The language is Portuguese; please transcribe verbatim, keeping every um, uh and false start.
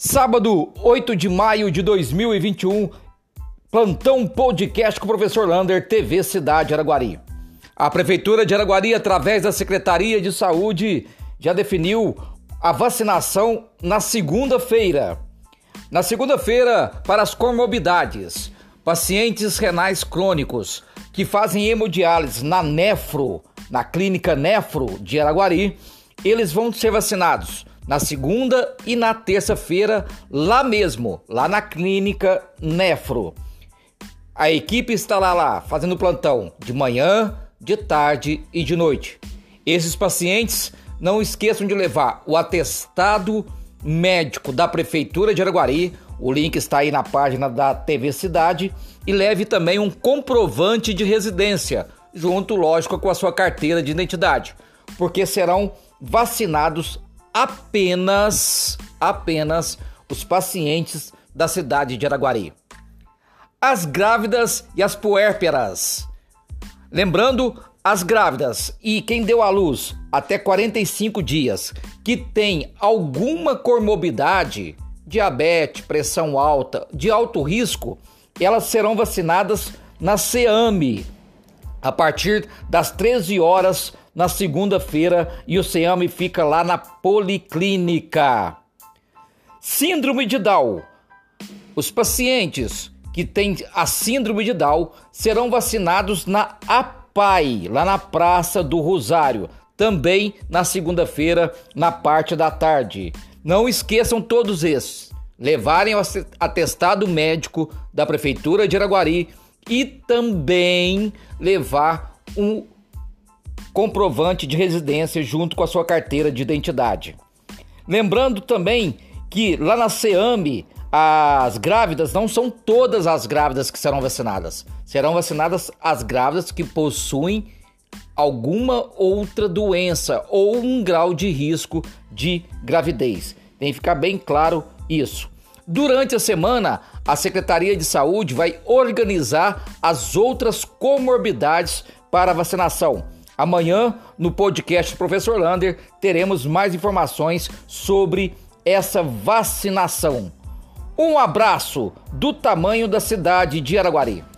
Sábado, oito de maio de dois mil e vinte e um, plantão podcast com o professor Lander, T V Cidade Araguari. A Prefeitura de Araguari, através da Secretaria de Saúde, já definiu a vacinação na segunda-feira. Na segunda-feira, para as comorbidades, pacientes renais crônicos que fazem hemodiálise na Nefro, na Clínica Nefro de Araguari, eles vão ser vacinados na segunda e na terça-feira, lá mesmo, lá na Clínica Nefro. A equipe estará lá fazendo plantão de manhã, de tarde e de noite. Esses pacientes não esqueçam de levar o atestado médico da Prefeitura de Araguari, o link está aí na página da T V Cidade, e leve também um comprovante de residência, junto, lógico, com a sua carteira de identidade, porque serão vacinados apenas, apenas os pacientes da cidade de Araguari. As grávidas e as puérperas. Lembrando, as grávidas e quem deu à luz até quarenta e cinco dias, que tem alguma comorbidade, diabetes, pressão alta, de alto risco, elas serão vacinadas na SEAMI, a partir das treze horas na segunda-feira, e o SEAMI fica lá na Policlínica. Síndrome de Down. Os pacientes que têm a síndrome de Down serão vacinados na APAI, lá na Praça do Rosário, também na segunda-feira, na parte da tarde. Não esqueçam todos esses, levarem o atestado médico da Prefeitura de Araguari e também levar um comprovante de residência junto com a sua carteira de identidade. Lembrando também que lá na SEAMI, as grávidas não são todas as grávidas que serão vacinadas. Serão vacinadas as grávidas que possuem alguma outra doença ou um grau de risco de gravidez. Tem que ficar bem claro isso. Durante a semana, a Secretaria de Saúde vai organizar as outras comorbidades para a vacinação. Amanhã, no podcast do professor Lander, teremos mais informações sobre essa vacinação. Um abraço do tamanho da cidade de Araguari.